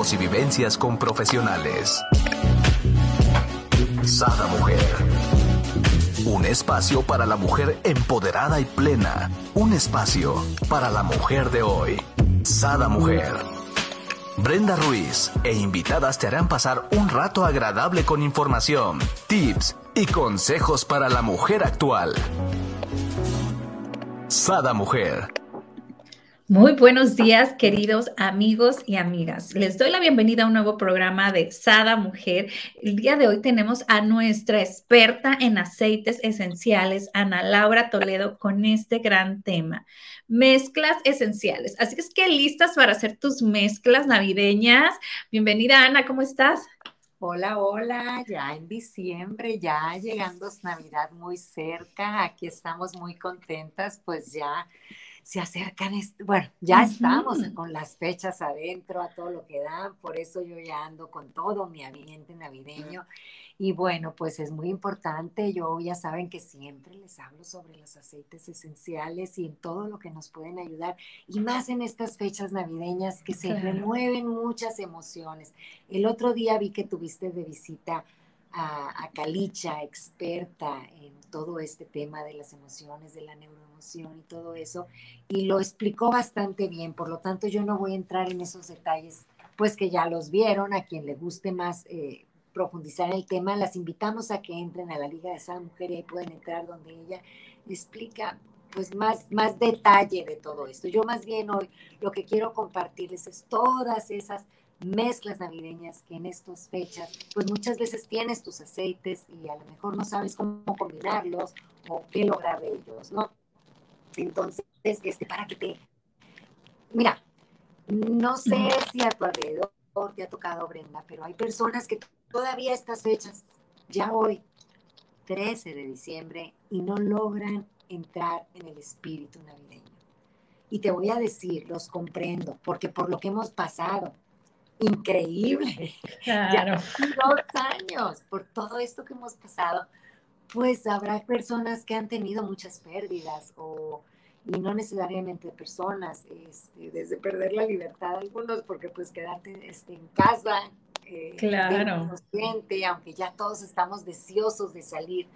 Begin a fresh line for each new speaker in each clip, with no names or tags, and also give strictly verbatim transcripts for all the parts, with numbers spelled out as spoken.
consejos y vivencias con profesionales. Sada Mujer. Un espacio para la mujer empoderada y plena. Un espacio para la mujer de hoy. Sada Mujer. Brenda Ruiz e invitadas te harán pasar un rato agradable con información, tips y consejos para la mujer actual. Sada Mujer.
Muy buenos días, queridos amigos y amigas. Les doy la bienvenida a un nuevo programa de Sada Mujer. El día de hoy tenemos a nuestra experta en aceites esenciales, Ana Laura Toledo, con este gran tema, mezclas esenciales. Así que es que listas para hacer tus mezclas navideñas. Bienvenida, Ana, ¿cómo estás?
Hola, hola, ya en diciembre, ya llegando Navidad muy cerca, aquí estamos muy contentas, pues ya se acercan, est- bueno, ya
Uh-huh.
estamos con las fechas adentro, a todo lo que dan, por eso yo ya ando con todo mi ambiente navideño. Y bueno, pues es muy importante, yo ya saben que siempre les hablo sobre los aceites esenciales y en todo lo que nos pueden ayudar, y más en estas fechas navideñas que se
Claro.
remueven muchas emociones. El otro día vi que tuviste de visita a, a Calicha, experta en todo este tema de las emociones, de la neuroemoción y todo eso, y lo explicó bastante bien. Por lo tanto, yo no voy a entrar en esos detalles, pues que ya los vieron. A quien le guste más eh, profundizar en el tema, las invitamos a que entren a la Liga de Sada Mujer y ahí pueden entrar donde ella explica pues más, más detalle de todo esto. Yo más bien hoy lo que quiero compartirles es todas esas mezclas navideñas que en estas fechas, pues muchas veces tienes tus aceites y a lo mejor no sabes cómo combinarlos o qué lograr de ellos, ¿no? Entonces, este, para que te... Mira, no sé
Uh-huh.
si a tu alrededor te ha tocado, Brenda, pero hay personas que todavía estas fechas, ya hoy, trece de diciembre, y no logran entrar en el espíritu navideño. Y te voy a decir, los comprendo, porque por lo que hemos pasado, increíble,
Claro.
ya casi dos años, por todo esto que hemos pasado, pues habrá personas que han tenido muchas pérdidas o y no necesariamente personas, este, desde perder la libertad algunos, porque pues quedarte este, en casa, eh,
Claro.
gente, aunque ya todos estamos deseosos de salir,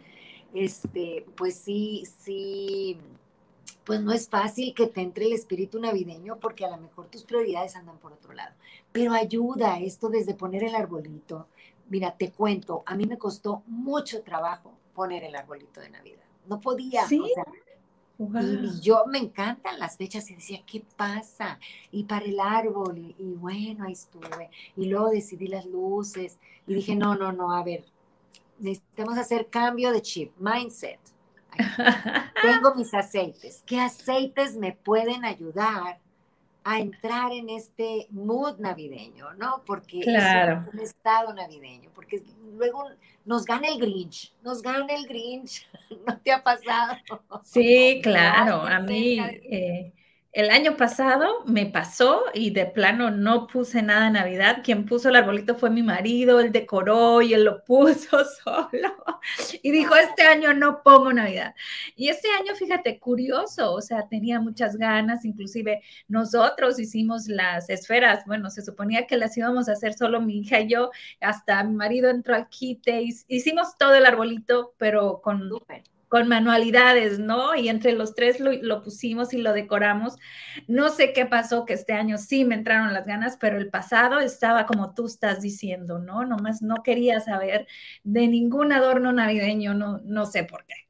este, pues sí, sí, pues no es fácil que te entre el espíritu navideño porque a lo mejor tus prioridades andan por otro lado. Pero ayuda esto desde poner el arbolito. Mira, te cuento, a mí me costó mucho trabajo poner el arbolito de Navidad. No podía,
Sí.
o sea,
Wow.
y, y yo me encantan las fechas y decía, ¿qué pasa? Y para el árbol, y, y bueno, ahí estuve. Y luego decidí las luces y dije, no, no, no, a ver, necesitamos hacer cambio de chip, mindset. Aquí. Tengo mis aceites. ¿Qué aceites me pueden ayudar a entrar en este mood navideño, ¿no? Porque eso
Claro.
es un estado navideño, porque luego nos gana el Grinch, nos gana el Grinch, ¿no te ha pasado?
Sí,
O
claro. A
alguien cerca
mí
de ti.
eh, el año pasado me pasó y de plano no puse nada de Navidad. Quien puso el arbolito fue mi marido, él decoró y él lo puso solo y dijo,
No,
este año no pongo Navidad. Y este año, fíjate, curioso, o sea, tenía muchas ganas, inclusive nosotros hicimos las esferas, bueno, se suponía que las íbamos a hacer solo mi hija y yo, hasta mi marido entró al quite, hicimos todo el arbolito, pero con...
súper.
con manualidades, ¿no? Y entre los tres lo, lo, pusimos y lo decoramos. No sé qué pasó, que este año sí me entraron las ganas, pero el pasado estaba como tú estás diciendo, ¿no? Nomás no quería saber de ningún adorno navideño, no, no sé por qué.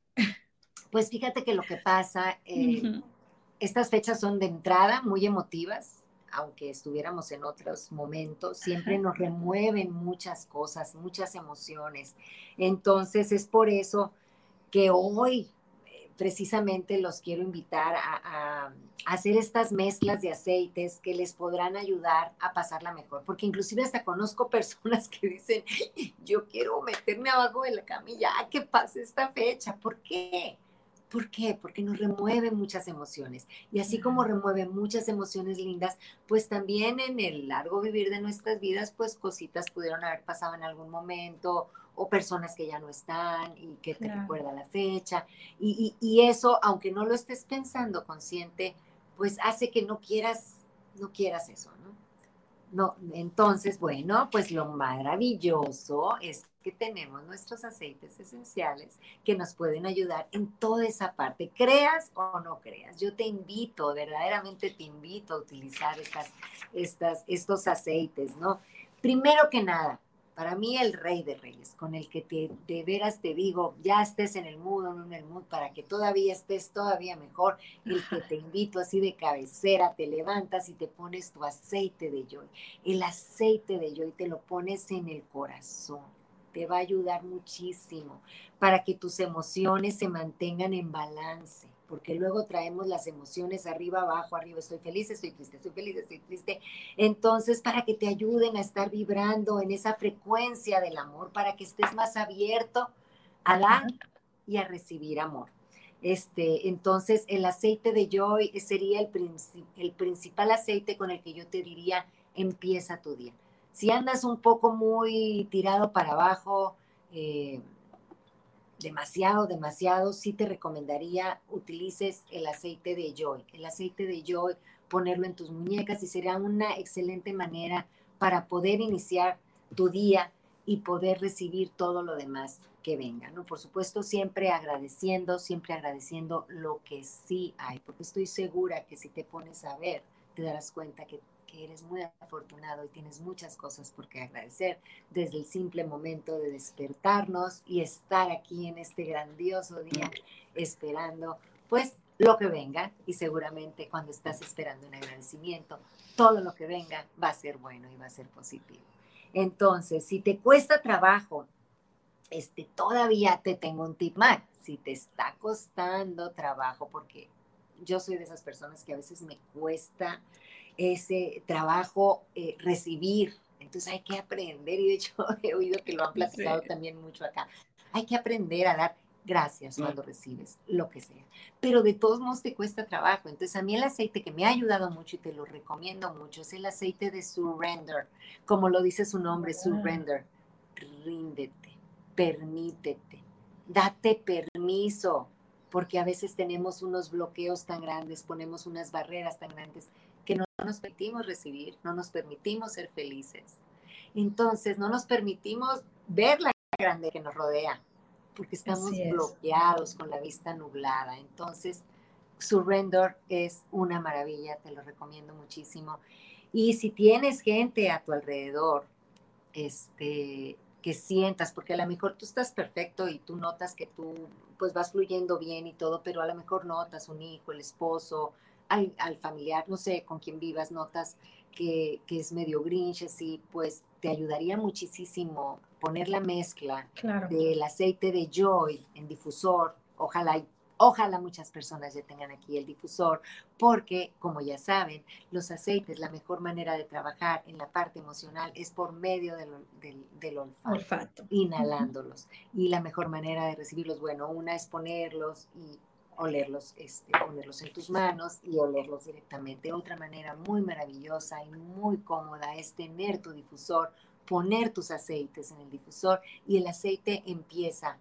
Pues fíjate que lo que pasa, eh,
Uh-huh.
estas fechas son de entrada muy emotivas, aunque estuviéramos en otros momentos, siempre
Ajá.
nos remueven muchas cosas, muchas emociones. Entonces es por eso que hoy eh, precisamente los quiero invitar a, a, a hacer estas mezclas de aceites que les podrán ayudar a pasarla mejor, porque inclusive hasta conozco personas que dicen, yo quiero meterme abajo de la cama y ya que pase esta fecha. ¿Por qué? ¿Por qué? Porque nos remueve muchas emociones. Y así como remueve muchas emociones lindas, pues también en el largo vivir de nuestras vidas, pues cositas pudieron haber pasado en algún momento o personas que ya no están y que te
Claro.
recuerda la fecha. Y, y, y eso, aunque no lo estés pensando consciente, pues hace que no quieras, no quieras eso, ¿no? No, entonces, bueno, pues lo maravilloso es que tenemos nuestros aceites esenciales que nos pueden ayudar en toda esa parte, creas o no creas. Yo te invito, verdaderamente te invito a utilizar estas, estas, estos aceites, ¿no? Primero que nada, para mí el rey de reyes, con el que te, de veras te digo, ya estés en el mood o no en el mood, para que todavía estés todavía mejor, el que te invito así de cabecera, te levantas y te pones tu aceite de yoy. El aceite de yoy te lo pones en el corazón, te va a ayudar muchísimo para que tus emociones se mantengan en balance, porque luego traemos las emociones arriba, abajo, arriba, estoy feliz, estoy triste, estoy feliz, estoy triste. Entonces, para que te ayuden a estar vibrando en esa frecuencia del amor, para que estés más abierto a dar y a recibir amor. Este, entonces, el aceite de yoy sería el, princip el principal aceite con el que yo te diría, empieza tu día. Si andas un poco muy tirado para abajo, eh, demasiado, demasiado, sí te recomendaría utilices el aceite de yoy. El aceite de yoy, ponerlo en tus muñecas y será una excelente manera para poder iniciar tu día y poder recibir todo lo demás que venga, ¿no? Por supuesto, siempre agradeciendo, siempre agradeciendo lo que sí hay, porque estoy segura que si te pones a ver, te darás cuenta que, que eres muy afortunado y tienes muchas cosas por qué agradecer, desde el simple momento de despertarnos y estar aquí en este grandioso día esperando, pues, lo que venga, y seguramente cuando estás esperando un agradecimiento, todo lo que venga va a ser bueno y va a ser positivo. Entonces, si te cuesta trabajo, este, todavía te tengo un tip más. Si te está costando trabajo, porque yo soy de esas personas que a veces me cuesta ese trabajo eh, recibir. Entonces hay que aprender, y de hecho he oído que lo han platicado sí. también mucho acá. Hay que aprender a dar gracias cuando recibes lo que sea. Pero de todos modos te cuesta trabajo. Entonces a mí el aceite que me ha ayudado mucho y te lo recomiendo mucho es el aceite de Surrender. Como lo dice su nombre, wow. Surrender. Ríndete, permítete, date permiso, porque a veces tenemos unos bloqueos tan grandes, ponemos unas barreras tan grandes que no nos permitimos recibir, no nos permitimos ser felices. Entonces no nos permitimos ver la grande que nos rodea, porque estamos bloqueados con la vista nublada. Entonces, Surrender es una maravilla, te lo recomiendo muchísimo. Y si tienes gente a tu alrededor, este, que sientas, porque a lo mejor tú estás perfecto y tú notas que tú pues vas fluyendo bien y todo, pero a lo mejor notas un hijo, el esposo, al, al familiar, no sé, con quien vivas, notas que, que es medio grinch, así, pues te ayudaría muchísimo poner la mezcla claro. del aceite de yoy en difusor, ojalá Ojalá muchas personas ya tengan aquí el difusor, porque, como ya saben, los aceites, la mejor manera de trabajar en la parte emocional es por medio del, del, del olfato, olfato, inhalándolos. Uh-huh. Y la mejor manera de recibirlos, bueno, una es ponerlos y olerlos, este, ponerlos en tus manos y olerlos directamente. Otra manera muy maravillosa y muy cómoda es tener tu difusor, poner tus aceites en el difusor y el aceite empieza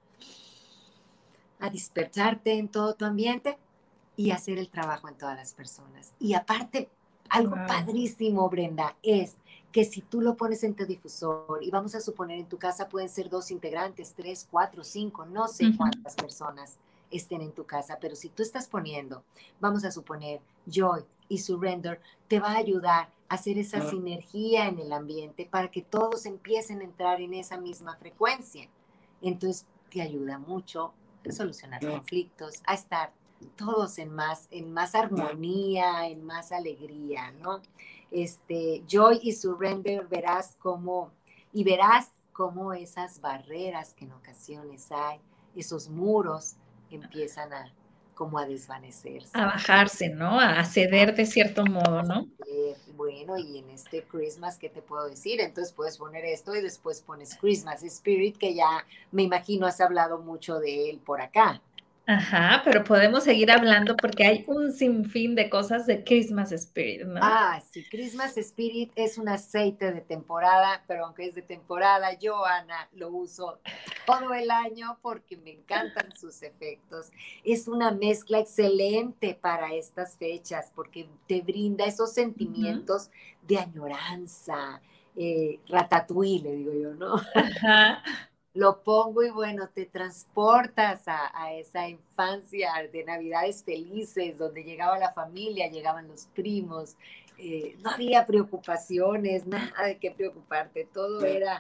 a dispersarte en todo tu ambiente y hacer el trabajo en todas las personas. Y aparte, algo wow. padrísimo, Brenda, es que si tú lo pones en tu difusor, y vamos a suponer en tu casa pueden ser dos integrantes, tres, cuatro, cinco, no sé uh-huh. cuántas personas estén en tu casa, pero si tú estás poniendo, vamos a suponer, Joy y Surrender, te va a ayudar a hacer esa uh-huh. sinergia en el ambiente para que todos empiecen a entrar en esa misma frecuencia. Entonces, te ayuda mucho a solucionar conflictos, a estar todos en más, en más armonía, en más alegría, ¿no? Este, Joy y Surrender, verás cómo, y verás cómo esas barreras que en ocasiones hay, esos muros, empiezan a, como a desvanecerse.
A bajarse, ¿no? A ceder de cierto modo, ¿no?
Bueno, y en este Christmas, ¿qué te puedo decir? Entonces puedes poner esto y después pones Christmas Spirit, que ya me imagino has hablado mucho de él por acá.
Ajá, pero podemos seguir hablando porque hay un sinfín de cosas de Christmas Spirit, ¿no?
Ah, sí, Christmas Spirit es un aceite de temporada, pero aunque es de temporada, yo, Ana, lo uso todo el año porque me encantan sus efectos. Es una mezcla excelente para estas fechas porque te brinda esos sentimientos uh-huh. de añoranza, eh, ratatouille, le digo yo, ¿no?
Ajá.
Lo pongo y bueno, te transportas a, a esa infancia de Navidades felices, donde llegaba la familia, llegaban los primos, eh, no había preocupaciones, nada de qué preocuparte, todo era,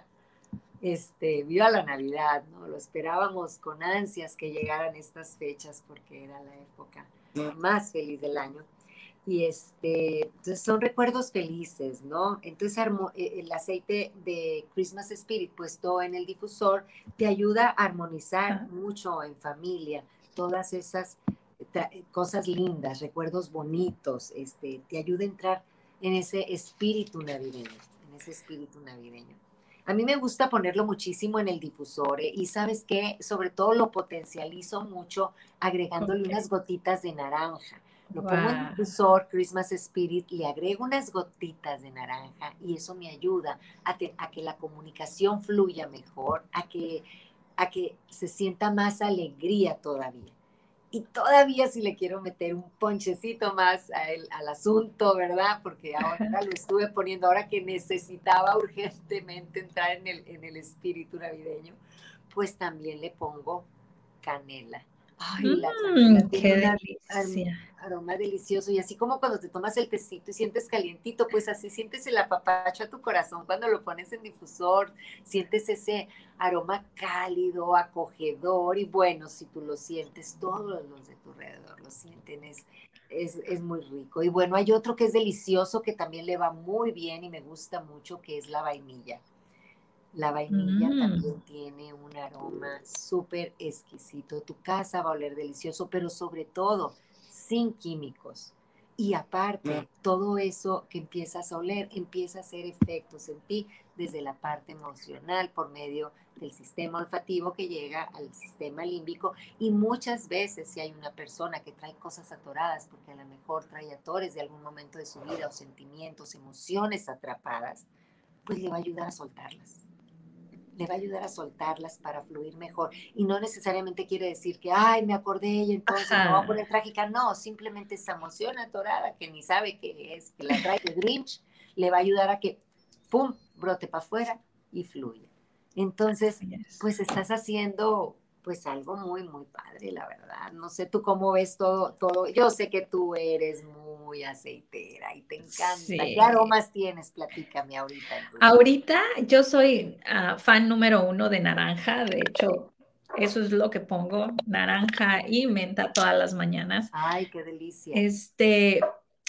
este, viva la Navidad, ¿no? Lo esperábamos con ansias que llegaran estas fechas porque era la época más feliz del año. Y este, entonces son recuerdos felices, ¿no? Entonces el aceite de Christmas Spirit puesto en el difusor te ayuda a armonizar uh-huh. mucho en familia, todas esas cosas lindas, recuerdos bonitos, este, te ayuda a entrar en ese espíritu navideño, en ese espíritu navideño. A mí me gusta ponerlo muchísimo en el difusor, ¿eh? Y ¿sabes qué? Sobre todo lo potencializo mucho agregándole okay. unas gotitas de naranja. Lo wow. pongo en el difusor, Christmas Spirit, le agrego unas gotitas de naranja y eso me ayuda a, te, a que la comunicación fluya mejor, a que, a que se sienta más alegría todavía. Y todavía si le quiero meter un ponchecito más a el, al asunto, ¿verdad? Porque ahora lo estuve poniendo, ahora que necesitaba urgentemente entrar en el, en el espíritu navideño, pues también le pongo canela. Ay, la canela
mm,
tiene
qué
un aroma delicioso y así como cuando te tomas el tecito y sientes calientito, pues así sientes el apapacho a tu corazón cuando lo pones en difusor, sientes ese aroma cálido, acogedor y bueno, si tú lo sientes, todos los de tu alrededor lo sienten, es, es, es muy rico. Y bueno, hay otro que es delicioso que también le va muy bien y me gusta mucho, que es la vainilla. La vainilla mm. también tiene un aroma súper exquisito. Tu casa va a oler delicioso, pero sobre todo sin químicos. Y aparte, mm. todo eso que empiezas a oler empieza a hacer efectos en ti desde la parte emocional por medio del sistema olfativo que llega al sistema límbico. Y muchas veces si hay una persona que trae cosas atoradas, porque a lo mejor trae atores de algún momento de su vida o sentimientos, emociones atrapadas, pues le va a ayudar a soltarlas. Le va a ayudar a soltarlas para fluir mejor. Y no necesariamente quiere decir que, ay, me acordé y entonces Ajá. me voy a poner trágica. No, simplemente esa emoción atorada que ni sabe qué es, que la trae el Grinch, le va a ayudar a que, pum, brote para afuera y fluya. Entonces, pues estás haciendo, pues algo muy, muy padre, la verdad. No sé tú cómo ves todo, todo. Yo sé que tú eres muy aceitera y te encanta. Sí. ¿Qué aromas tienes? Platícame ahorita.
Ahorita yo soy uh, fan número uno de naranja. De hecho, eso es lo que pongo, naranja y menta todas las mañanas.
Ay, qué delicia.
Este...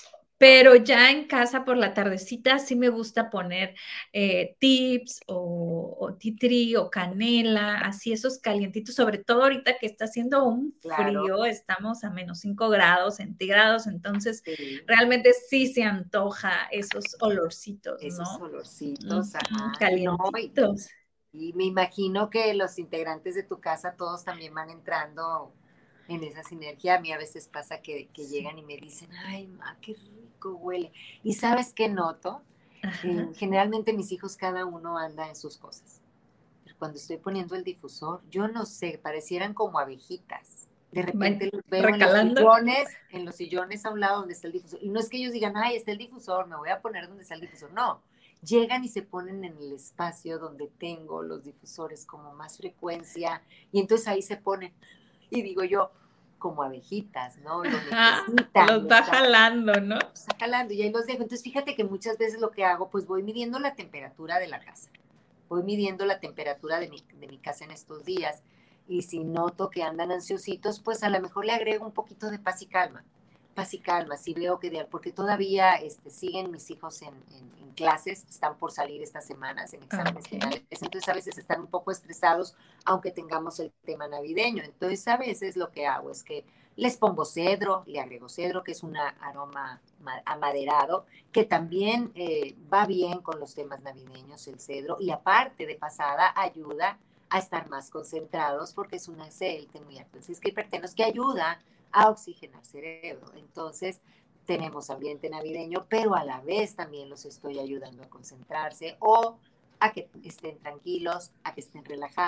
Pero ya en casa por la tardecita sí me gusta poner eh, tips o, o tea tree o canela, así esos calientitos, sobre todo ahorita que está haciendo un frío, claro. Estamos a menos cinco grados centígrados, entonces sí. realmente sí se antoja esos olorcitos,
esos
¿no?
Esos olorcitos,
mm,
ajá.
Calientitos.
No, y, y me imagino que los integrantes de tu casa todos también van entrando en esa sinergia. A mí a veces pasa que, que sí. llegan y me dicen, ay, ma, qué rico huele. ¿Y sabes qué noto? Eh, generalmente mis hijos cada uno anda en sus cosas. Pero cuando estoy poniendo el difusor, yo no sé, parecieran como abejitas. De repente los veo en los sillones, en los sillones a un lado donde está el difusor. Y no es que ellos digan, ay, está el difusor, me voy a poner donde está el difusor. No, llegan y se ponen en el espacio donde tengo los difusores como más frecuencia. Y entonces ahí se ponen. Y digo yo, como abejitas, ¿no? Lo necesitan.
Los va jalando, ¿no?
Los está jalando y ahí los dejo. Entonces, fíjate que muchas veces lo que hago, pues voy midiendo la temperatura de la casa. Voy midiendo la temperatura de mi, de mi casa en estos días. Y si noto que andan ansiositos, pues a lo mejor le agrego un poquito de paz y calma. Paz y calma, si veo que, de, porque todavía este, siguen mis hijos en, en, en clases, están por salir estas semanas en exámenes okay. finales, entonces a veces están un poco estresados, aunque tengamos el tema navideño. Entonces a veces lo que hago es que les pongo cedro, le agrego cedro, que es un aroma amaderado, que también eh, va bien con los temas navideños, el cedro, y aparte de pasada ayuda a estar más concentrados porque es un aceite muy alto. Entonces, que hipertenos que ayuda a oxigenar cerebro. Entonces, tenemos ambiente navideño, pero a la vez también los estoy ayudando a concentrarse o a que estén tranquilos, a que estén relajados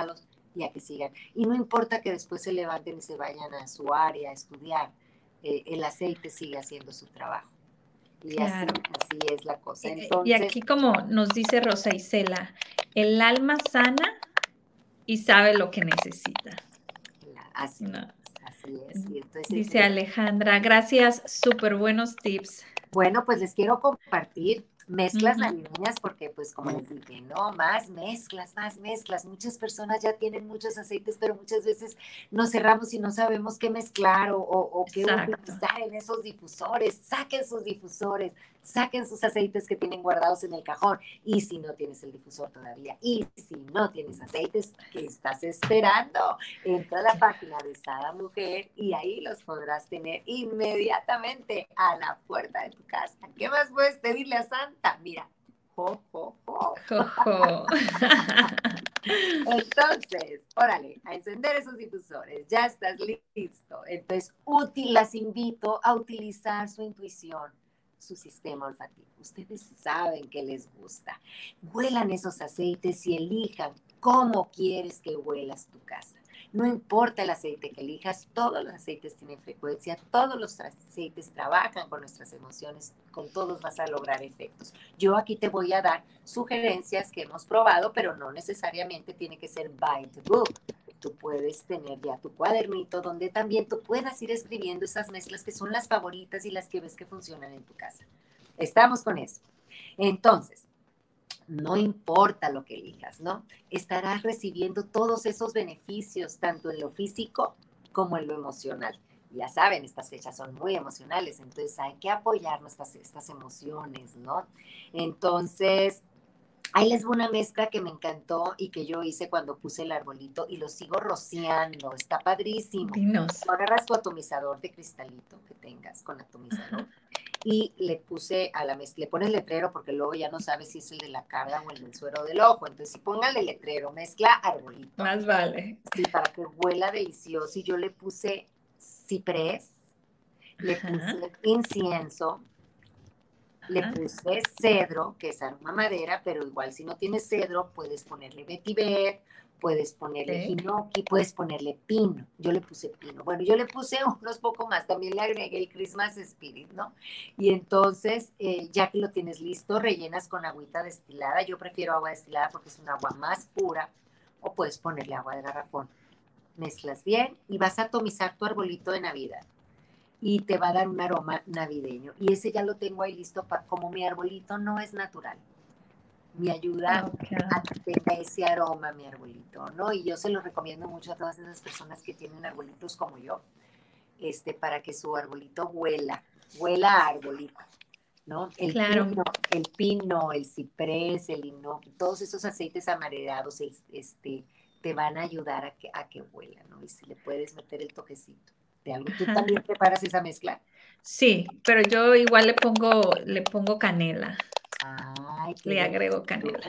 y a que sigan. Y no importa que después se levanten y se vayan a su área a estudiar, eh, el aceite sigue haciendo su trabajo. Y así,
Claro.
así es la cosa.
Y
Entonces,
aquí como nos dice Rosa Isela, el alma sana y sabe lo que necesita.
la- así,
No.
así es. Y entonces,
Dice
eh,
Alejandra, gracias, súper buenos tips.
bueno, pues les quiero compartir mezclas
Ujú.
navideñas porque pues como les dije, no, más mezclas, más mezclas. Muchas personas ya tienen muchos aceites, pero muchas veces nos cerramos y no sabemos qué mezclar o, o, o qué
Exacto.
utilizar en esos difusores. Saquen sus difusores, saquen sus aceites que tienen guardados en el cajón. Y si no tienes el difusor todavía, y si no tienes aceites, ¿qué estás esperando? Entra a la página de Sada Mujer y ahí los podrás tener inmediatamente a la puerta de tu casa. ¿Qué más puedes pedirle a Santa? Mira, jo, jo, jo.
Jojo.
Entonces, órale, a encender esos difusores, ya estás listo. Entonces, útil, las invito a utilizar su intuición, su sistema olfativo. Ustedes saben que les gusta. Huelan esos aceites y elijan cómo quieres que huelas tu casa. No importa el aceite que elijas, todos los aceites tienen frecuencia, todos los aceites trabajan con nuestras emociones, con todos vas a lograr efectos. Yo aquí te voy a dar sugerencias que hemos probado, pero no necesariamente tiene que ser by the book. Tú puedes tener ya tu cuadernito donde también tú puedas ir escribiendo esas mezclas que son las favoritas y las que ves que funcionan en tu casa. Estamos con eso. Entonces, no importa lo que elijas, ¿no? Estarás recibiendo todos esos beneficios, tanto en lo físico como en lo emocional. Ya saben, estas fechas son muy emocionales, entonces hay que apoyar nuestras estas emociones, ¿no? Entonces, ahí les va una mezcla que me encantó y que yo hice cuando puse el arbolito y lo sigo rociando, está padrísimo.
Dinos.
Tú agarras tu atomizador de cristalito que tengas con atomizador. Ajá. Y le puse a la mezcla, le pones letrero porque luego ya no sabes si es el de la carga o el del suero del ojo. Entonces, si póngale letrero, mezcla arbolito.
Más vale.
Sí, para que huela delicioso. Y yo le puse ciprés, le puse Ajá. incienso, Ajá. le puse cedro, que es aroma madera, pero igual si no tienes cedro, puedes ponerle vetiver, puedes ponerle okay. hinoki, puedes ponerle pino. Yo le puse pino. Bueno, yo le puse unos poco más, también le agregué el Christmas Spirit, ¿no? Y entonces, eh, ya que lo tienes listo, rellenas con agüita destilada. Yo prefiero agua destilada porque es un agua más pura, o puedes ponerle agua de garrafón. Mezclas bien y vas a atomizar tu arbolito de Navidad. Y te va a dar un aroma navideño. Y ese ya lo tengo ahí listo, para, como mi arbolito no es natural. Me ayuda okay. a que tenga ese aroma mi arbolito, ¿no? Y yo se lo recomiendo mucho a todas esas personas que tienen arbolitos como yo, este, para que su arbolito huela, huela a arbolito, ¿no? El claro. pino, el pino, el ciprés, el hinoki, todos esos aceites amaredados, este, te van a ayudar a que, a que huela, ¿no? Y si le puedes meter el toquecito de algo. ¿Tú Ajá. también preparas esa mezcla?
Sí, pero yo igual le pongo, le pongo canela.
Ay, qué
le agrego canela.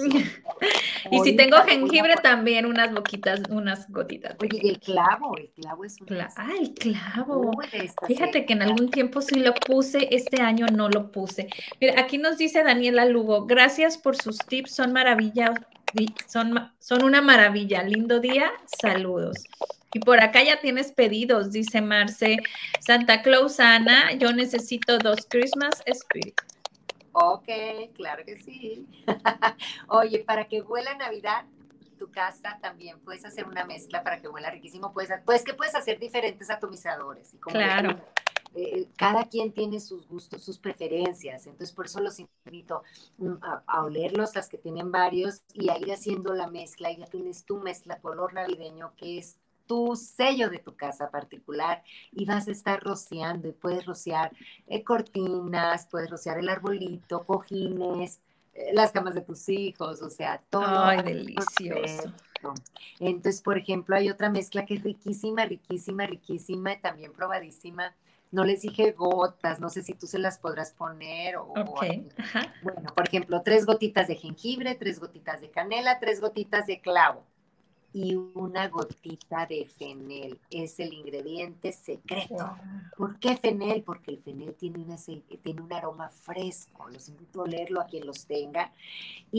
Y
Ahorita
si tengo jengibre también unas boquitas, unas gotitas de
Oye,
jengibre.
el clavo, el clavo es un...
Cla ah, el clavo. Fíjate que en algún tiempo sí lo puse, este año no lo puse. Mira, aquí nos dice Daniela Lugo, gracias por sus tips, son maravillas, son, son una maravilla. Lindo día, saludos. Y por acá ya tienes pedidos, dice Marce. Santa Claus Ana, yo necesito dos Christmas Spirit.
Ok, claro que sí. Oye, para que huela Navidad, tu casa también puedes hacer una mezcla para que huela riquísimo. Puedes, pues que puedes hacer diferentes atomizadores. Y como
claro.
Digo, eh, cada quien tiene sus gustos, sus preferencias. Entonces, por eso los invito a, a olerlos, las que tienen varios, y a ir haciendo la mezcla. Y ya tienes tu mezcla color navideño, que es tu sello de tu casa particular, y vas a estar rociando y puedes rociar eh, cortinas, puedes rociar el arbolito, cojines, eh, las camas de tus hijos, o sea, todo.
Ay, delicioso.
Perfecto. Entonces, por ejemplo, hay otra mezcla que es riquísima, riquísima, riquísima, también probadísima. No les dije gotas, no sé si tú se las podrás poner. O,
ok,
o,
ajá.
Bueno, por ejemplo, tres gotitas de jengibre, tres gotitas de canela, tres gotitas de clavo y una gotita de fenel. Es el ingrediente secreto. Wow. ¿Por qué fenel? Porque el fenel tiene un, aceite, tiene un aroma fresco. Los invito a leerlo a quien los tenga. Y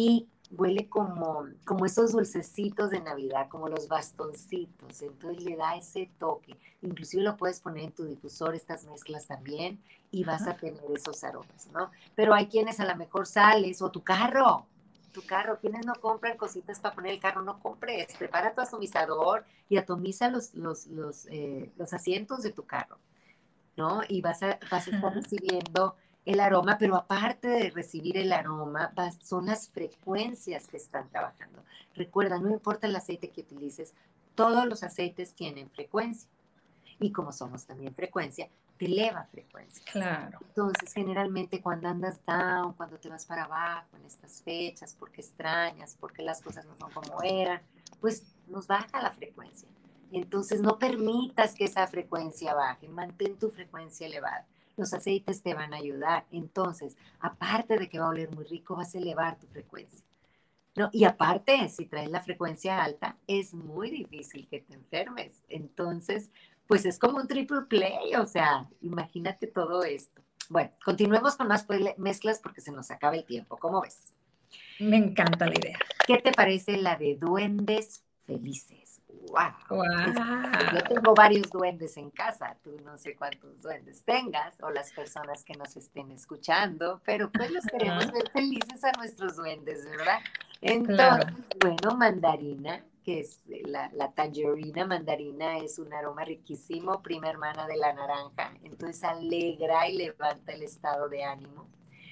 huele como, como esos dulcecitos de Navidad, como los bastoncitos, entonces le da ese toque. Inclusive lo puedes poner en tu difusor, estas mezclas también, y vas
Ajá.
a tener esos aromas, ¿no? Pero hay quienes a lo mejor sales, o tu carro, tu carro, quienes no compran cositas para poner el carro, no compres, prepara tu atomizador y atomiza los, los, los, eh, los asientos de tu carro, ¿no? Y vas a, vas a estar
Ajá.
recibiendo el aroma, pero aparte de recibir el aroma, vas, son las frecuencias que están trabajando. Recuerda, no importa el aceite que utilices, todos los aceites tienen frecuencia. Y como somos también frecuencia, te eleva frecuencias.
Claro.
Entonces, generalmente cuando andas down, cuando te vas para abajo en estas fechas, porque extrañas, porque las cosas no son como eran, pues nos baja la frecuencia. Entonces, no permitas que esa frecuencia baje, mantén tu frecuencia elevada. Los aceites te van a ayudar. Entonces, aparte de que va a oler muy rico, vas a elevar tu frecuencia. ¿No? Y aparte, si traes la frecuencia alta, es muy difícil que te enfermes. Entonces, pues es como un triple play, o sea, imagínate todo esto. Bueno, continuemos con más mezclas porque se nos acaba el tiempo. ¿Cómo ves?
Me encanta la idea.
¿Qué te parece la de duendes felices? ¡Wow! Yo
Wow.
tengo varios duendes en casa, tú no sé cuántos duendes tengas o las personas que nos estén escuchando, pero pues los queremos
Ajá.
ver felices a nuestros duendes, ¿verdad? Entonces,
Claro.
bueno, mandarina, que es la, la tangerina, mandarina es un aroma riquísimo, prima hermana de la naranja, entonces alegra y levanta el estado de ánimo.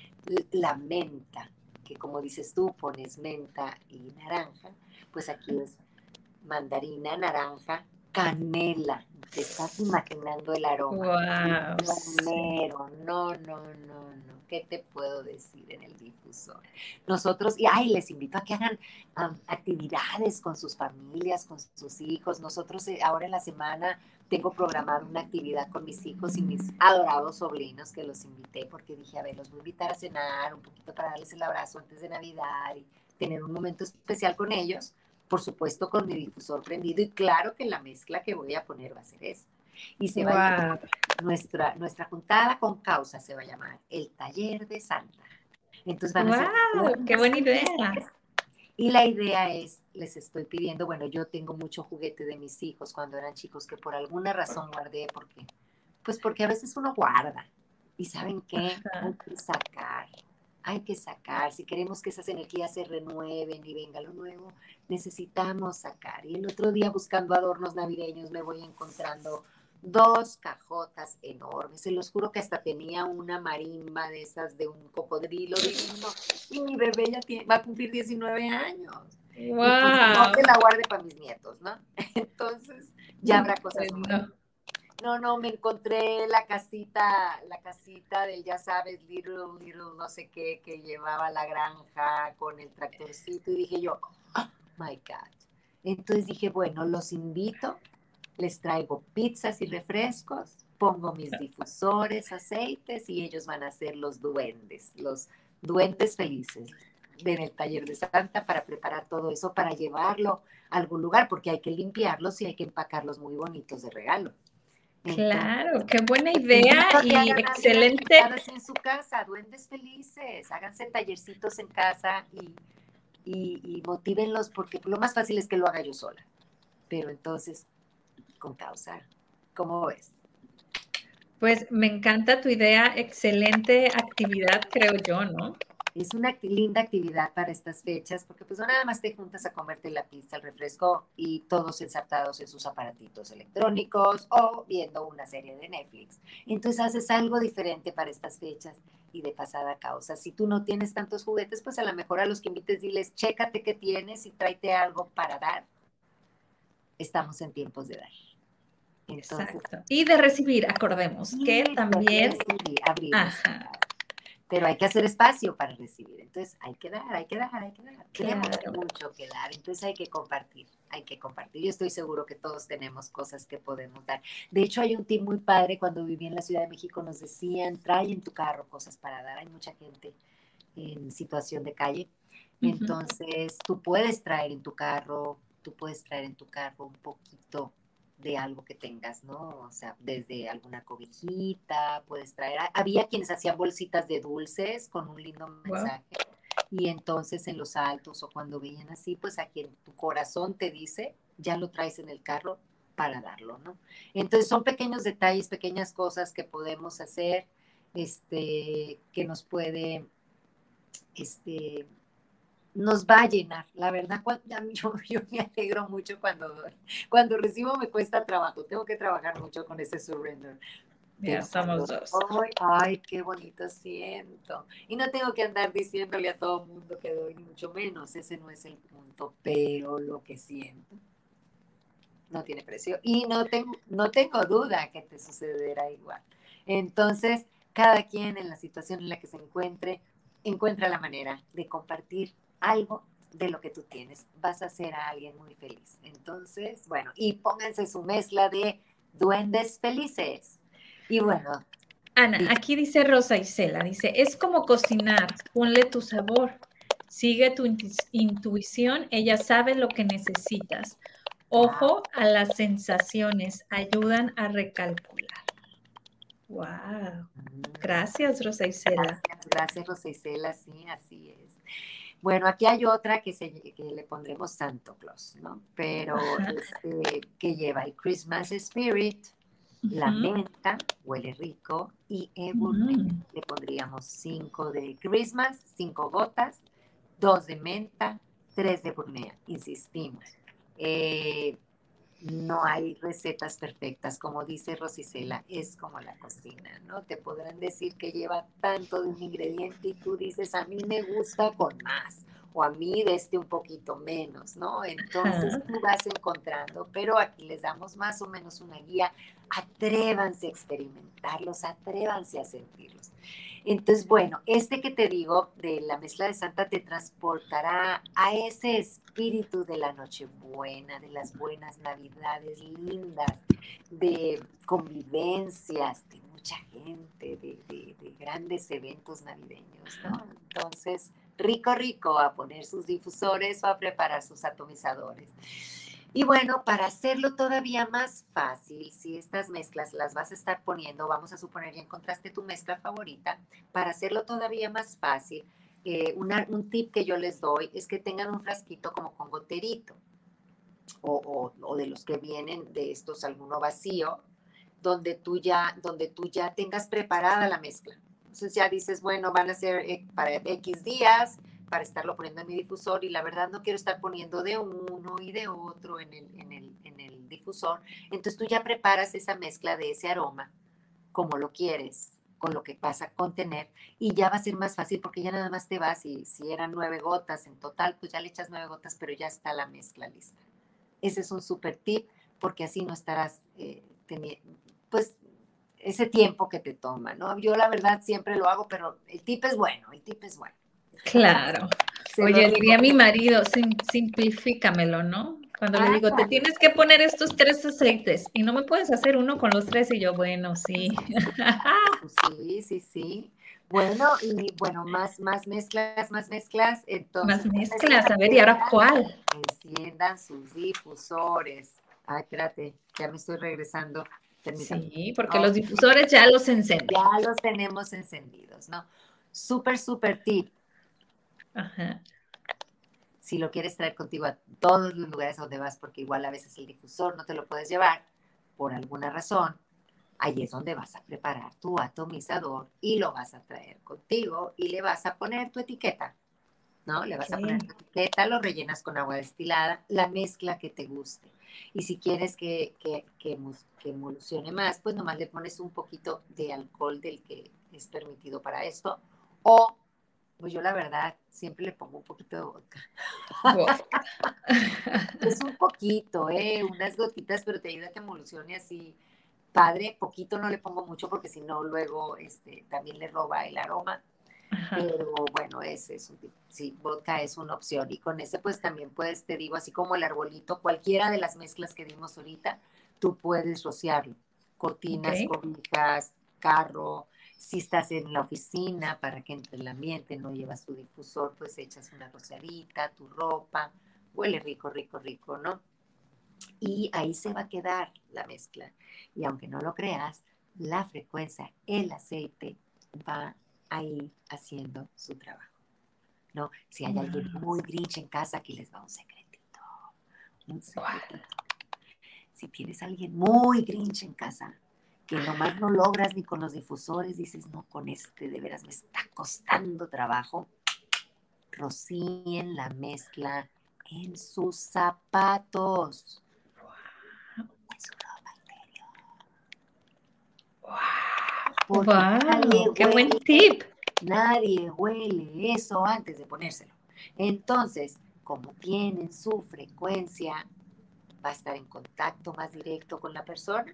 La menta, que como dices tú, pones menta y naranja, pues aquí es mandarina, naranja, canela. Te estás imaginando el aroma.
Wow. Sí.
Misionero. No, no, no, no. ¿Qué te puedo decir en el difusor? Nosotros, y ay, les invito a que hagan um, actividades con sus familias, con sus hijos. Nosotros eh, ahora en la semana tengo programada una actividad con mis hijos y mis adorados sobrinos que los invité porque dije, a ver, los voy a invitar a cenar un poquito para darles el abrazo antes de Navidad y tener un momento especial con ellos, por supuesto con mi difusor prendido y claro que la mezcla que voy a poner va a ser esta. Y se va a
Wow.
llamar, nuestra, nuestra juntada con causa se va a llamar el taller de Santa. Entonces van a ser
Wow. Qué
duendes
buena
felices.
idea.
Y la idea es, les estoy pidiendo, bueno, yo tengo mucho juguete de mis hijos cuando eran chicos que por alguna razón guardé, porque, pues porque a veces uno guarda. Y ¿saben qué? Hay
Ajá.
que sacar, hay que sacar. Si queremos que esas energías se renueven y venga lo nuevo, necesitamos sacar. Y el otro día buscando adornos navideños me voy encontrando dos cajotas enormes. Se los juro que hasta tenía una marimba de esas de un cocodrilo divino. Y mi bebé ya tiene, va a cumplir diecinueve años. Y pues no
Wow.
que la guarde para mis nietos, ¿no? Entonces ya habrá cosas
Pues
nuevas.
no.
No, no, me encontré la casita, la casita del, ya sabes, little, little, no sé qué, que llevaba la granja con el tractorcito y dije yo, oh my God. Entonces dije, bueno, los invito, les traigo pizzas y refrescos, pongo mis difusores, aceites y ellos van a ser los duendes, los duendes felices en el taller de Santa para preparar todo eso, para llevarlo a algún lugar, porque hay que limpiarlos y hay que empacarlos muy bonitos de regalo. Entonces,
Claro, qué buena
les
idea
invito a que
y
hagan alguna
excelente.
actividad así en su casa, duendes felices, háganse tallercitos en casa y, y, y motívenlos, porque lo más fácil es que lo haga yo sola, pero entonces, con causa, ¿cómo ves?
Pues me encanta tu idea, excelente actividad, creo yo, ¿no?
Es una linda actividad para estas fechas, porque pues no nada más te juntas a comerte la pizza, el refresco y todos ensartados en sus aparatitos electrónicos o viendo una serie de Netflix. Entonces haces algo diferente para estas fechas y de pasada causa. Si tú no tienes tantos juguetes, pues a lo mejor a los que invites diles, chécate qué tienes y tráete algo para dar. Estamos en tiempos de dar. Entonces,
Exacto. Y de recibir, acordemos
y
que
de
también,
recibir, abrirnos.
ajá,
Pero hay que hacer espacio para recibir. Entonces hay que dar, hay que dar, hay que dar. Tenemos
claro.
mucho que dar, entonces hay que compartir, hay que compartir. Yo estoy seguro que todos tenemos cosas que podemos dar. De hecho, hay un tip muy padre, cuando viví en la Ciudad de México nos decían, trae en tu carro cosas para dar. Hay mucha gente en situación de calle.
Ujú.
Entonces, tú puedes traer en tu carro, tú puedes traer en tu carro un poquito de algo que tengas, ¿no? O sea, desde alguna cobijita, puedes traer. Había quienes hacían bolsitas de dulces con un lindo
Wow.
mensaje y entonces en los altos o cuando veían así, pues a quien tu corazón te dice, ya lo traes en el carro para darlo, ¿no? Entonces son pequeños detalles, pequeñas cosas que podemos hacer, este, que nos puede, este, nos va a llenar. La verdad, cuando, yo, yo me alegro mucho cuando, cuando recibo, me cuesta trabajo, tengo que trabajar mucho con ese surrender.
Ya
Pero cuando
somos dos.
doy, ay, qué bonito siento. Y no tengo que andar diciéndole a todo el mundo que doy, ni mucho menos, ese no es el punto, pero lo que siento no tiene precio. Y no tengo, no tengo duda que te sucederá igual. Entonces, cada quien en la situación en la que se encuentre, encuentra la manera de compartir algo de lo que tú tienes. Vas a hacer a alguien muy feliz. Entonces, bueno, y pónganse su mezcla de duendes felices. Y bueno,
Ana,
sí.
aquí dice Rosa Isela, dice, es como cocinar, ponle tu sabor, sigue tu intu- intuición, ella sabe lo que necesitas. Ojo a las sensaciones, ayudan a recalcular. Wow. Gracias, Rosa Isela.
Gracias, gracias, Rosa Isela, sí, así es. Bueno, aquí hay otra que, se, que le pondremos Santo Claus, ¿no? Pero este, que lleva el Christmas Spirit, la
Ujú.
menta, huele rico, y Eburne,
Mm.
le pondríamos cinco de Christmas, cinco gotas, dos de menta, tres de burnea, insistimos. Eh, no hay recetas perfectas, como dice Rosicela, es como la cocina, ¿no? Te podrán decir que lleva tanto de un ingrediente y tú dices, a mí me gusta con más, o a mí de este un poquito menos, ¿no? Entonces
Ajá.
tú vas encontrando, pero aquí les damos más o menos una guía. Atrévanse a experimentarlos, atrévanse a sentirlos. Entonces, bueno, este que te digo de la mezcla de Santa te transportará a ese espíritu de la Nochebuena, de las buenas Navidades lindas, de convivencias, de mucha gente, de, de, de grandes eventos navideños, ¿no? Entonces, rico, rico a poner sus difusores o a preparar sus atomizadores. Y bueno, para hacerlo todavía más fácil, si estas mezclas las vas a estar poniendo, vamos a suponer ya encontraste tu mezcla favorita, para hacerlo todavía más fácil, eh, una, un tip que yo les doy es que tengan un frasquito como con goterito, o, o, o de los que vienen de estos, alguno vacío, donde tú ya, donde tú ya tengas preparada la mezcla. Entonces ya dices, bueno, van a ser eh, para X días, para estarlo poniendo en mi difusor, y la verdad no quiero estar poniendo de uno y de otro en el, en el, en el difusor. Entonces tú ya preparas esa mezcla de ese aroma, como lo quieres, con lo que vas a contener, y ya va a ser más fácil porque ya nada más te vas, y si eran nueve gotas en total, pues ya le echas nueve gotas, pero ya está la mezcla lista. Ese es un súper tip, porque así no estarás eh, teniendo, pues, ese tiempo que te toma, ¿no? Yo la verdad siempre lo hago, pero el tip es bueno, el tip es bueno.
Claro.
Se lo
Oye, diría mi
recomiendo.
marido, sim- simplifícamelo, ¿no? Cuando le digo, te
Ándale.
tienes que poner estos tres aceites y no me puedes hacer uno con los tres, y yo, bueno, sí.
Sí, sí, sí. Bueno, y bueno, más, más mezclas, más mezclas.
Más
Entonces, una vez que
mezclas, a ver, ¿y ahora
enciendan,
cuál?
enciendan sus difusores. Ay, espérate, ya me estoy regresando. Permítame.
Sí, porque los
Ok,
difusores ya los encendí.
ya los tenemos encendidos, ¿no? Súper, súper tip.
Ajá.
Si lo quieres traer contigo a todos los lugares donde vas, porque igual a veces el difusor no te lo puedes llevar por alguna razón, ahí es donde vas a preparar tu atomizador y lo vas a traer contigo y le vas a poner tu etiqueta, ¿no? Le vas a poner
Ok.
tu etiqueta, lo rellenas con agua destilada, la mezcla que te guste. Y si quieres que, que, que, que emulsione más, pues nomás le pones un poquito de alcohol del que es permitido para esto, o pues yo la verdad siempre le pongo un poquito de vodka.
Vodka.
Es un poquito, ¿eh? Unas gotitas, pero te ayuda a que emulsione así. Padre, poquito no le pongo mucho porque si no luego este, también le roba el aroma.
Ajá.
Pero bueno, ese es un tipo. Sí, vodka es una opción. Y con ese pues también puedes, te digo, así como el arbolito, cualquiera de las mezclas que dimos ahorita, tú puedes rociarlo.
Ok.
Cortinas, cobijas, carro. Si estás en la oficina para que entre el ambiente, no llevas tu difusor, pues echas una rociadita, tu ropa. Huele rico, rico, rico, ¿no? Y ahí se va a quedar la mezcla. Y aunque no lo creas, la frecuencia, el aceite va a ir haciendo su trabajo. ¿no? Si hay alguien muy grinch en casa, aquí les va un secretito, un secretito. Si tienes a alguien muy grinch en casa, que nomás no logras ni con los difusores, dices, no, con este de veras me está costando trabajo, rocíen la mezcla en sus zapatos, en su ropa interior. Porque nadie
Wow, qué buen
huele,
tip.
nadie huele eso antes de ponérselo. Entonces, como tienen su frecuencia, va a estar en contacto más directo con la persona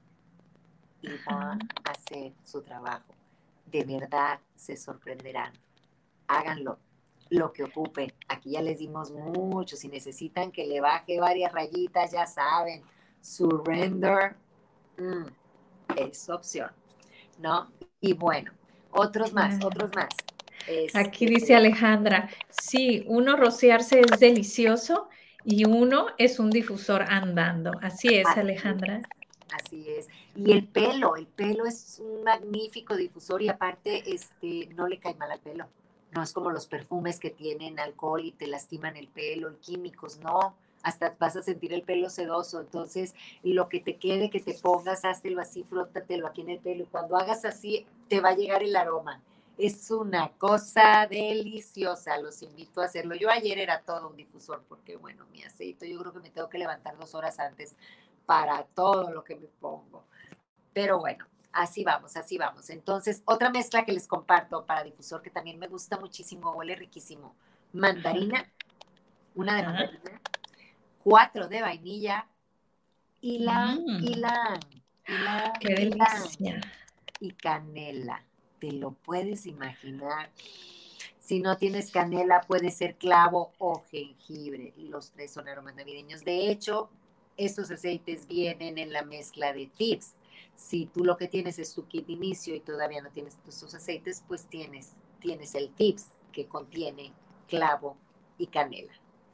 y va a hacer su trabajo. De verdad se sorprenderán. Háganlo, lo que ocupe. Aquí ya les dimos mucho. Si necesitan que le baje varias rayitas, ya saben, surrender mm, es opción, ¿no? Y bueno, otros más,
Claro.
otros más.
Aquí
Este,
dice Alejandra, sí, uno rociarse es delicioso y uno es un difusor andando. Así es,
así
Alejandra.
es, así es. Y el pelo, el pelo es un magnífico difusor y aparte este, no le cae mal al pelo. No es como los perfumes que tienen alcohol y te lastiman el pelo y químicos, no. Hasta vas a sentir el pelo sedoso. Entonces, lo que te quede, que te pongas, háztelo así, frótatelo aquí en el pelo. Y cuando hagas así, te va a llegar el aroma. Es una cosa deliciosa. Los invito a hacerlo. Yo ayer era todo un difusor porque, bueno, mi aceite, yo creo que me tengo que levantar dos horas antes para todo lo que me pongo. Pero bueno, así vamos, así vamos. Entonces, otra mezcla que les comparto para difusor que también me gusta muchísimo, huele riquísimo. Mandarina, una de
Ajá.
mandarina, cuatro de vainilla, ylang,
Mm,
ylang, ylang,
qué
ylang
delicia.
y canela. ¿Te lo puedes imaginar? Si no tienes canela, puede ser clavo o jengibre. Los tres son aromas navideños. De hecho, estos aceites vienen en la mezcla de tips. Si tú lo que tienes es tu kit de inicio y todavía no tienes estos aceites, pues tienes, tienes el tips que contiene clavo y canela.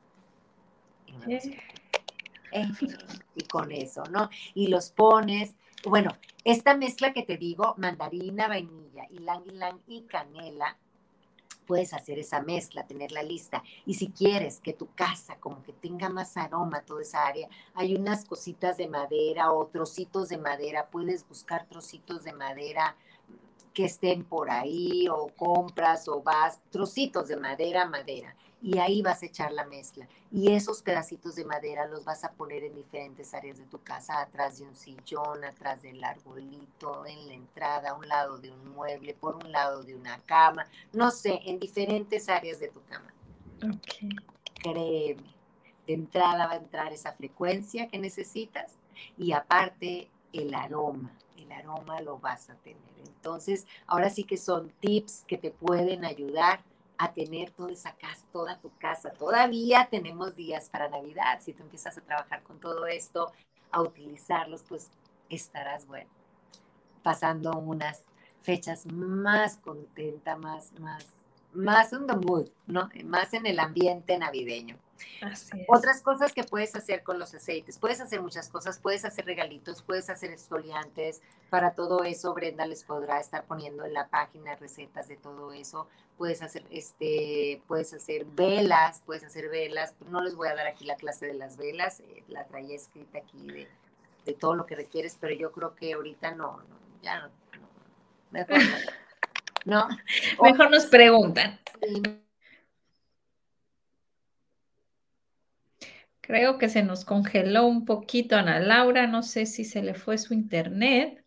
Y, una
Eh,
eh, y con eso, ¿no? Y los pones, bueno, esta mezcla que te digo, mandarina, vainilla, ylang ylang y canela, puedes hacer esa mezcla, tenerla lista. Y si quieres que tu casa como que tenga más aroma, toda esa área, hay unas cositas de madera o trocitos de madera, puedes buscar trocitos de madera que estén por ahí o compras o vas, trocitos de madera, madera. Y ahí vas a echar la mezcla. Y esos pedacitos de madera los vas a poner en diferentes áreas de tu casa, atrás de un sillón, atrás del arbolito, en la entrada, a un lado de un mueble, por un lado de una cama, no sé, en diferentes áreas de tu cama.
ok.
Créeme, de entrada va a entrar esa frecuencia que necesitas y aparte el aroma, el aroma lo vas a tener. Entonces, ahora sí que son tips que te pueden ayudar a tener toda esa casa, toda tu casa. Todavía tenemos días para Navidad. Si tú empiezas a trabajar con todo esto, a utilizarlos, pues estarás, bueno, pasando unas fechas más contenta, más, más, más in the mood, ¿no? Más en el ambiente navideño.
Así es.
Otras cosas que puedes hacer con los aceites, puedes hacer muchas cosas, puedes hacer regalitos, puedes hacer exfoliantes, para todo eso Brenda les podrá estar poniendo en la página recetas de todo eso, puedes hacer, este, puedes hacer velas, puedes hacer velas, no les voy a dar aquí la clase de las velas, eh, la traía escrita aquí de, de todo lo que requieres, pero yo creo que ahorita no, no ya no, no mejor no, ¿no?
Mejor nos preguntan.
Sí.
Creo que se nos congeló un poquito Ana Laura, no sé si se le fue su internet.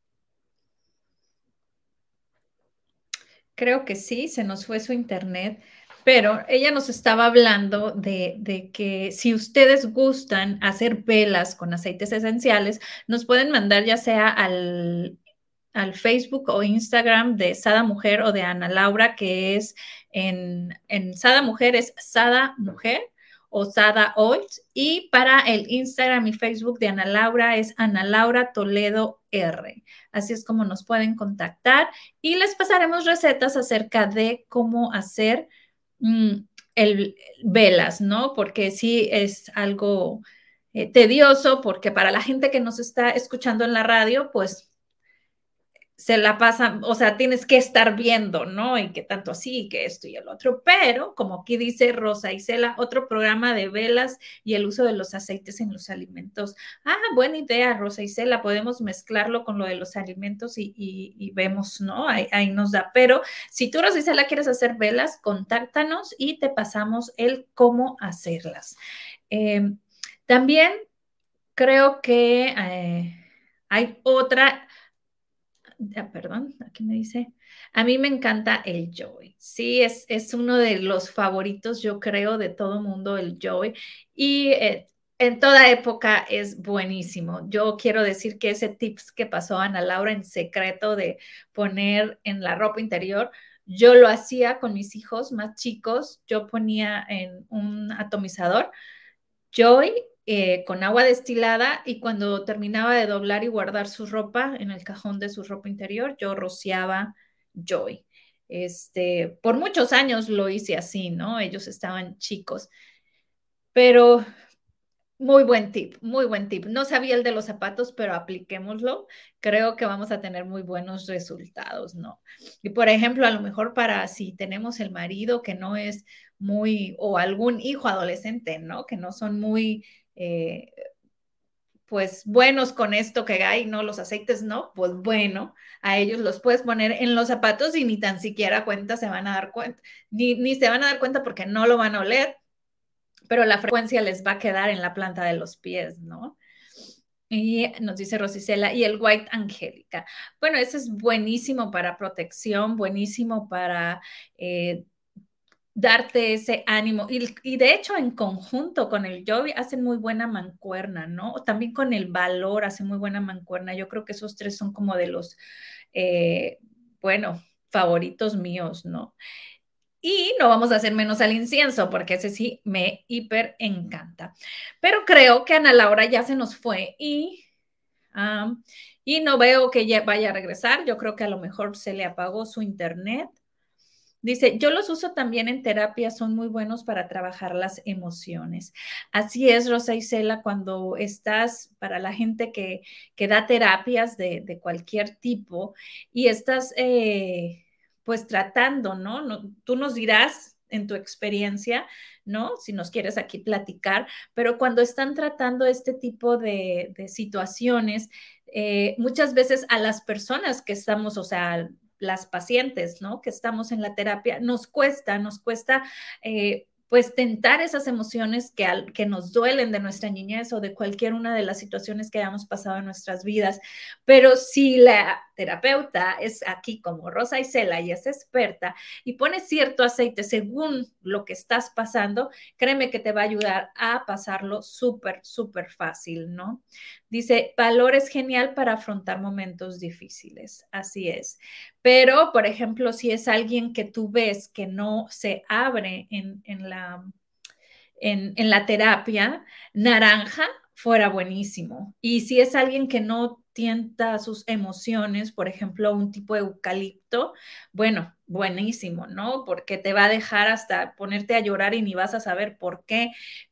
Creo que sí, se nos fue su internet, pero ella nos estaba hablando de, de que si ustedes gustan hacer velas con aceites esenciales, nos pueden mandar ya sea al, al Facebook o Instagram de Sada Mujer o de Ana Laura, que es en, en Sada Mujer es Sada Mujer o Sada Oils, y para el Instagram y Facebook de Ana Laura es Ana Laura Toledo R. Así es como nos pueden contactar y les pasaremos recetas acerca de cómo hacer mmm, el velas, ¿no? Porque sí es algo eh, tedioso, porque para la gente que nos está escuchando en la radio, pues se la pasan, o sea, tienes que estar viendo, ¿no? Y que tanto así, que esto y el otro. Pero, como aquí dice Rosa Isela, otro programa de velas y el uso de los aceites en los alimentos. Ah, buena idea, Rosa Isela, podemos mezclarlo con lo de los alimentos y, y, y vemos, ¿no? Ahí, ahí nos da. Pero si tú, Rosa Isela, quieres hacer velas, contáctanos y te pasamos el cómo hacerlas. Eh, también creo que eh, hay otra... Ah, perdón, aquí me dice, a mí me encanta el Joy, sí, es, es uno de los favoritos, yo creo, de todo mundo, el Joy, y eh, en toda época es buenísimo. Yo quiero decir que ese tips que pasó Ana Laura en secreto de poner en la ropa interior, yo lo hacía con mis hijos más chicos, yo ponía en un atomizador Joy eh, con agua destilada y cuando terminaba de doblar y guardar su ropa en el cajón de su ropa interior, yo rociaba Joy. Este, por muchos años lo hice así, ¿no? Ellos estaban chicos, pero muy buen tip, muy buen tip. No sabía el de los zapatos, pero apliquémoslo. Creo que vamos a tener muy buenos resultados, ¿no? Y por ejemplo, a lo mejor para si tenemos el marido que no es muy, o algún hijo adolescente, ¿no? Que no son muy, eh, pues buenos con esto que hay, ¿no? Los aceites, ¿no? Pues bueno, a ellos los puedes poner en los zapatos y ni tan siquiera cuenta se van a dar cuenta, ni, ni se van a dar cuenta porque no lo van a oler, pero la frecuencia les va a quedar en la planta de los pies, ¿no? Y nos dice Rosicela, y el White Angélica. Bueno, ese es buenísimo para protección, buenísimo para eh, darte ese ánimo. Y, y, de hecho, en conjunto con el Joy hacen muy buena mancuerna, ¿no? También con el valor hace muy buena mancuerna. Yo creo que esos tres son como de los, eh, bueno, favoritos míos, ¿no? Y no vamos a hacer menos al incienso, porque ese sí me hiper encanta. Pero creo que Ana Laura ya se nos fue y, um, y no veo que ya vaya a regresar. Yo creo que a lo mejor se le apagó su internet. Dice, yo los uso también en terapia, son muy buenos para trabajar las emociones. Así es, Rosa Isela, cuando estás, para la gente que, que da terapias de, de cualquier tipo y estás eh, pues tratando, ¿no? ¿no? Tú nos dirás en tu experiencia, ¿no? Si nos quieres aquí platicar, pero cuando están tratando este tipo de, de situaciones, eh, muchas veces a las personas que estamos, o sea, las pacientes, ¿no? Que estamos en la terapia, nos cuesta, nos cuesta, eh, pues, tentar esas emociones que, al, que nos duelen de nuestra niñez o de cualquier una de las situaciones que hayamos pasado en nuestras vidas. Pero si la terapeuta es aquí como Rosa Isela y es experta y pone cierto aceite según lo que estás pasando, créeme que te va a ayudar a pasarlo súper, súper fácil, ¿no? Dice, valor es genial para afrontar momentos difíciles. Así es. Pero, por ejemplo, si es alguien que tú ves que no se abre en, en, la, en, en la terapia, naranja fuera buenísimo. Y si es alguien que no tienta sus emociones, por ejemplo, un tipo de eucalipto, bueno, buenísimo, ¿no? Porque te va a dejar hasta ponerte a llorar y ni vas a saber por qué.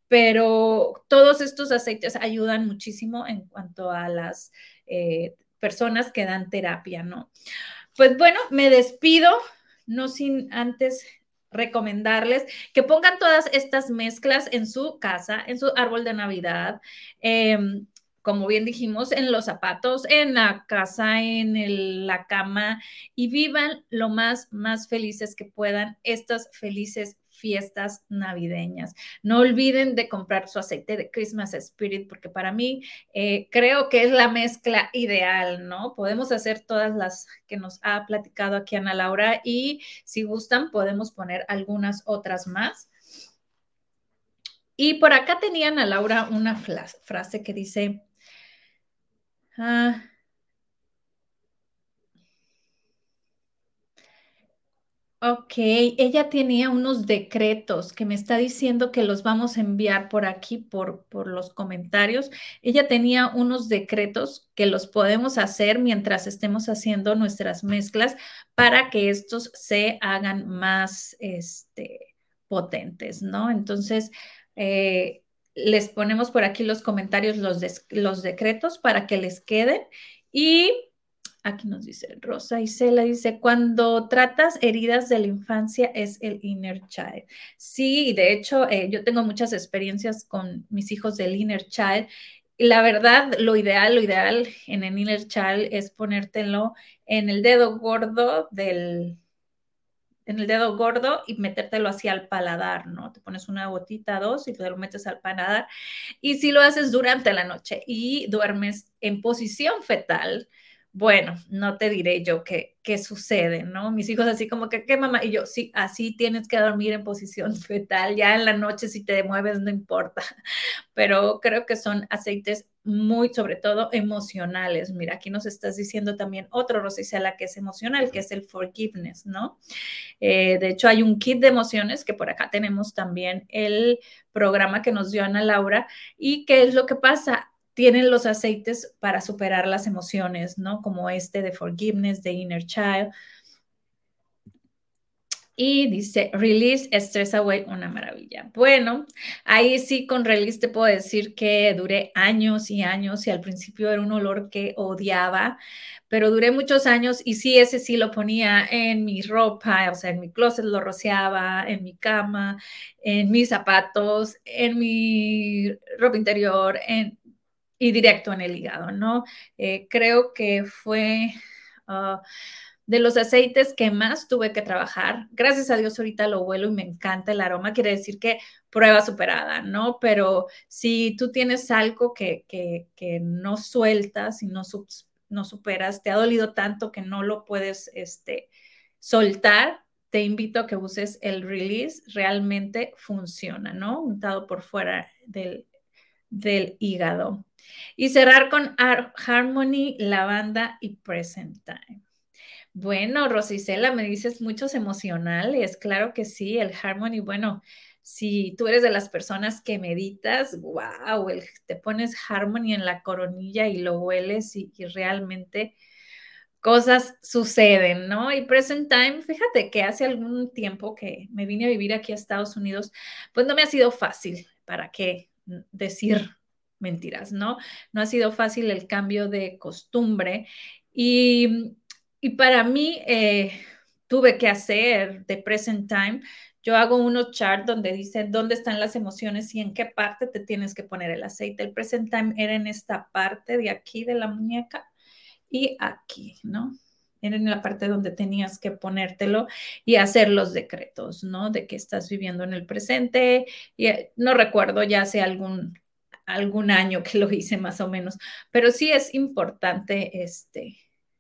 Pero todos estos aceites ayudan muchísimo en cuanto a las eh, personas que dan terapia, ¿no? Pues bueno, me despido, no sin antes recomendarles que pongan todas estas mezclas en su casa, en su árbol de Navidad, eh, como bien dijimos, en los zapatos, en la casa, en el, la cama y vivan lo más, más felices que puedan estas felices fiestas navideñas. No olviden de comprar su aceite de Christmas Spirit, porque para mí eh, creo que es la mezcla ideal, ¿no? Podemos hacer todas las que nos ha platicado aquí Ana Laura y si gustan podemos poner algunas otras más. Y por acá tenía Ana Laura una frase que dice, ah, ok, ella tenía unos decretos que me está diciendo que los vamos a enviar por aquí, por, por los comentarios. Ella tenía unos decretos que los podemos hacer mientras estemos haciendo nuestras mezclas para que estos se hagan más este, potentes, ¿no? Entonces, eh, les ponemos por aquí los comentarios, los, des, los decretos para que les queden y Aquí nos dice Rosa Isela, dice, cuando tratas heridas de la infancia es el inner child. Sí, de hecho, eh, yo tengo muchas experiencias con mis hijos del inner child. La verdad, lo ideal, lo ideal en el inner child es ponértelo en el dedo gordo del, en el dedo gordo y metértelo hacia el paladar, ¿no? Te pones una gotita, dos, y te lo metes al paladar. Y si lo haces durante la noche y duermes en posición fetal, bueno, no te diré yo qué, qué sucede, ¿no? Mis hijos así como que, ¿qué mamá? Y yo, sí, así tienes que dormir en posición fetal. Ya en la noche si te mueves no importa, pero creo que son aceites muy, sobre todo, emocionales. Mira, aquí nos estás diciendo también otro, Rosicela, que es emocional, que es el forgiveness, ¿no? Eh, de hecho, hay un kit de emociones que por acá tenemos también el programa que nos dio Ana Laura. ¿Y qué es lo que pasa? Tienen los aceites para superar las emociones, ¿no? Como este de forgiveness, de inner child. Y dice, Release Stress Away, una maravilla. Bueno, ahí sí con Release te puedo decir que duré años y años y al principio era un olor que odiaba, pero duré muchos años y sí, ese sí lo ponía en mi ropa, o sea, en mi closet lo rociaba, en mi cama, en mis zapatos, en mi ropa interior, en, y directo en el hígado, ¿no? Eh, creo que fue... Uh, de los aceites que más tuve que trabajar. Gracias a Dios ahorita lo huelo y me encanta el aroma. Quiere decir que prueba superada, ¿no? Pero si tú tienes algo que, que, que no sueltas y no, sub, no superas, te ha dolido tanto que no lo puedes este, soltar, te invito a que uses el Release. Realmente funciona, ¿no? Untado por fuera del, del hígado. Y cerrar con Harmony, lavanda y Present Time. Bueno, Rosicela, me dices muchos emocionales, claro que sí, el Harmony, bueno, si tú eres de las personas que meditas, wow, el, te pones Harmony en la coronilla y lo hueles y, y realmente cosas suceden, ¿no? Y Present Time, fíjate que hace algún tiempo que me vine a vivir aquí a Estados Unidos, pues no me ha sido fácil, ¿para qué decir mentiras, ¿no? No ha sido fácil el cambio de costumbre y... Y para mí, eh, tuve que hacer de Present Time. Yo hago unos charts donde dice dónde están las emociones y en qué parte te tienes que poner el aceite. El Present Time era en esta parte de aquí de la muñeca y aquí, ¿no? Era en la parte donde tenías que ponértelo y hacer los decretos, ¿no? De que estás viviendo en el presente. Y eh, no recuerdo, ya hace algún, algún año que lo hice más o menos, pero sí es importante este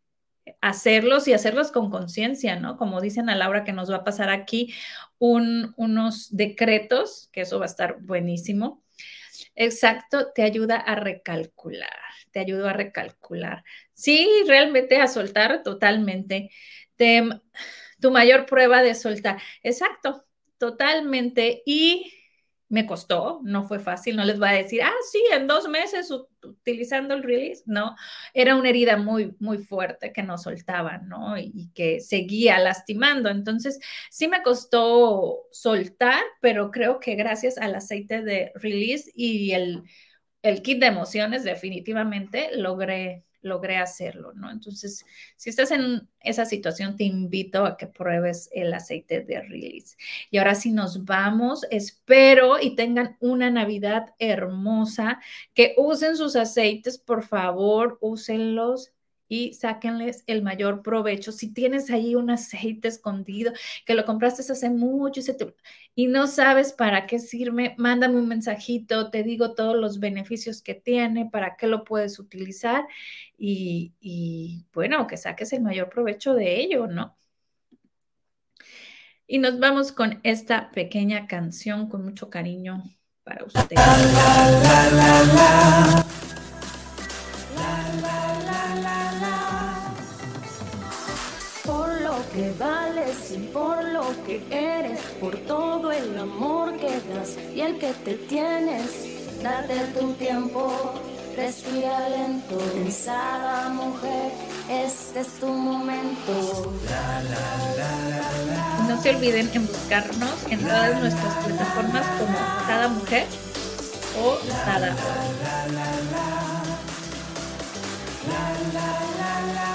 hacerlos y hacerlos con conciencia, ¿no? Como dicen a Laura que nos va a pasar aquí un, unos decretos, que eso va a estar buenísimo. Exacto, te ayuda a recalcular, te ayuda a recalcular. Sí, realmente a soltar totalmente. Te, tu mayor prueba de soltar. Exacto, totalmente. Y me costó, no fue fácil, no les voy a decir, ah, sí, en dos meses utilizando el Release, no, era una herida muy, muy fuerte que no soltaba, ¿no? Y, y que seguía lastimando, entonces sí me costó soltar, pero creo que gracias al aceite de Release y el, el kit de emociones definitivamente logré logré hacerlo, ¿no? Entonces, si estás en esa situación, te invito a que pruebes el aceite de Release. Y ahora sí nos vamos, espero y tengan una Navidad hermosa, que usen sus aceites, por favor, úsenlos y sáquenles el mayor provecho. Si tienes ahí un aceite escondido que lo compraste hace mucho y, se te, y no sabes para qué sirve, mándame un mensajito, te digo todos los beneficios que tiene, para qué lo puedes utilizar y, y bueno, que saques el mayor provecho de ello, ¿no? Y nos vamos con esta pequeña canción con mucho cariño para ustedes. La, la, la, la.
Que vales y por lo que eres, por todo el amor que das y el que te tienes. Date tu tiempo, respira lento, pensada mujer, este es tu momento. La, la, la, la, la.
No se olviden en buscarnos en todas nuestras plataformas como Sada Mujer o Sada. La, la, la, la, la. La, la, la, la.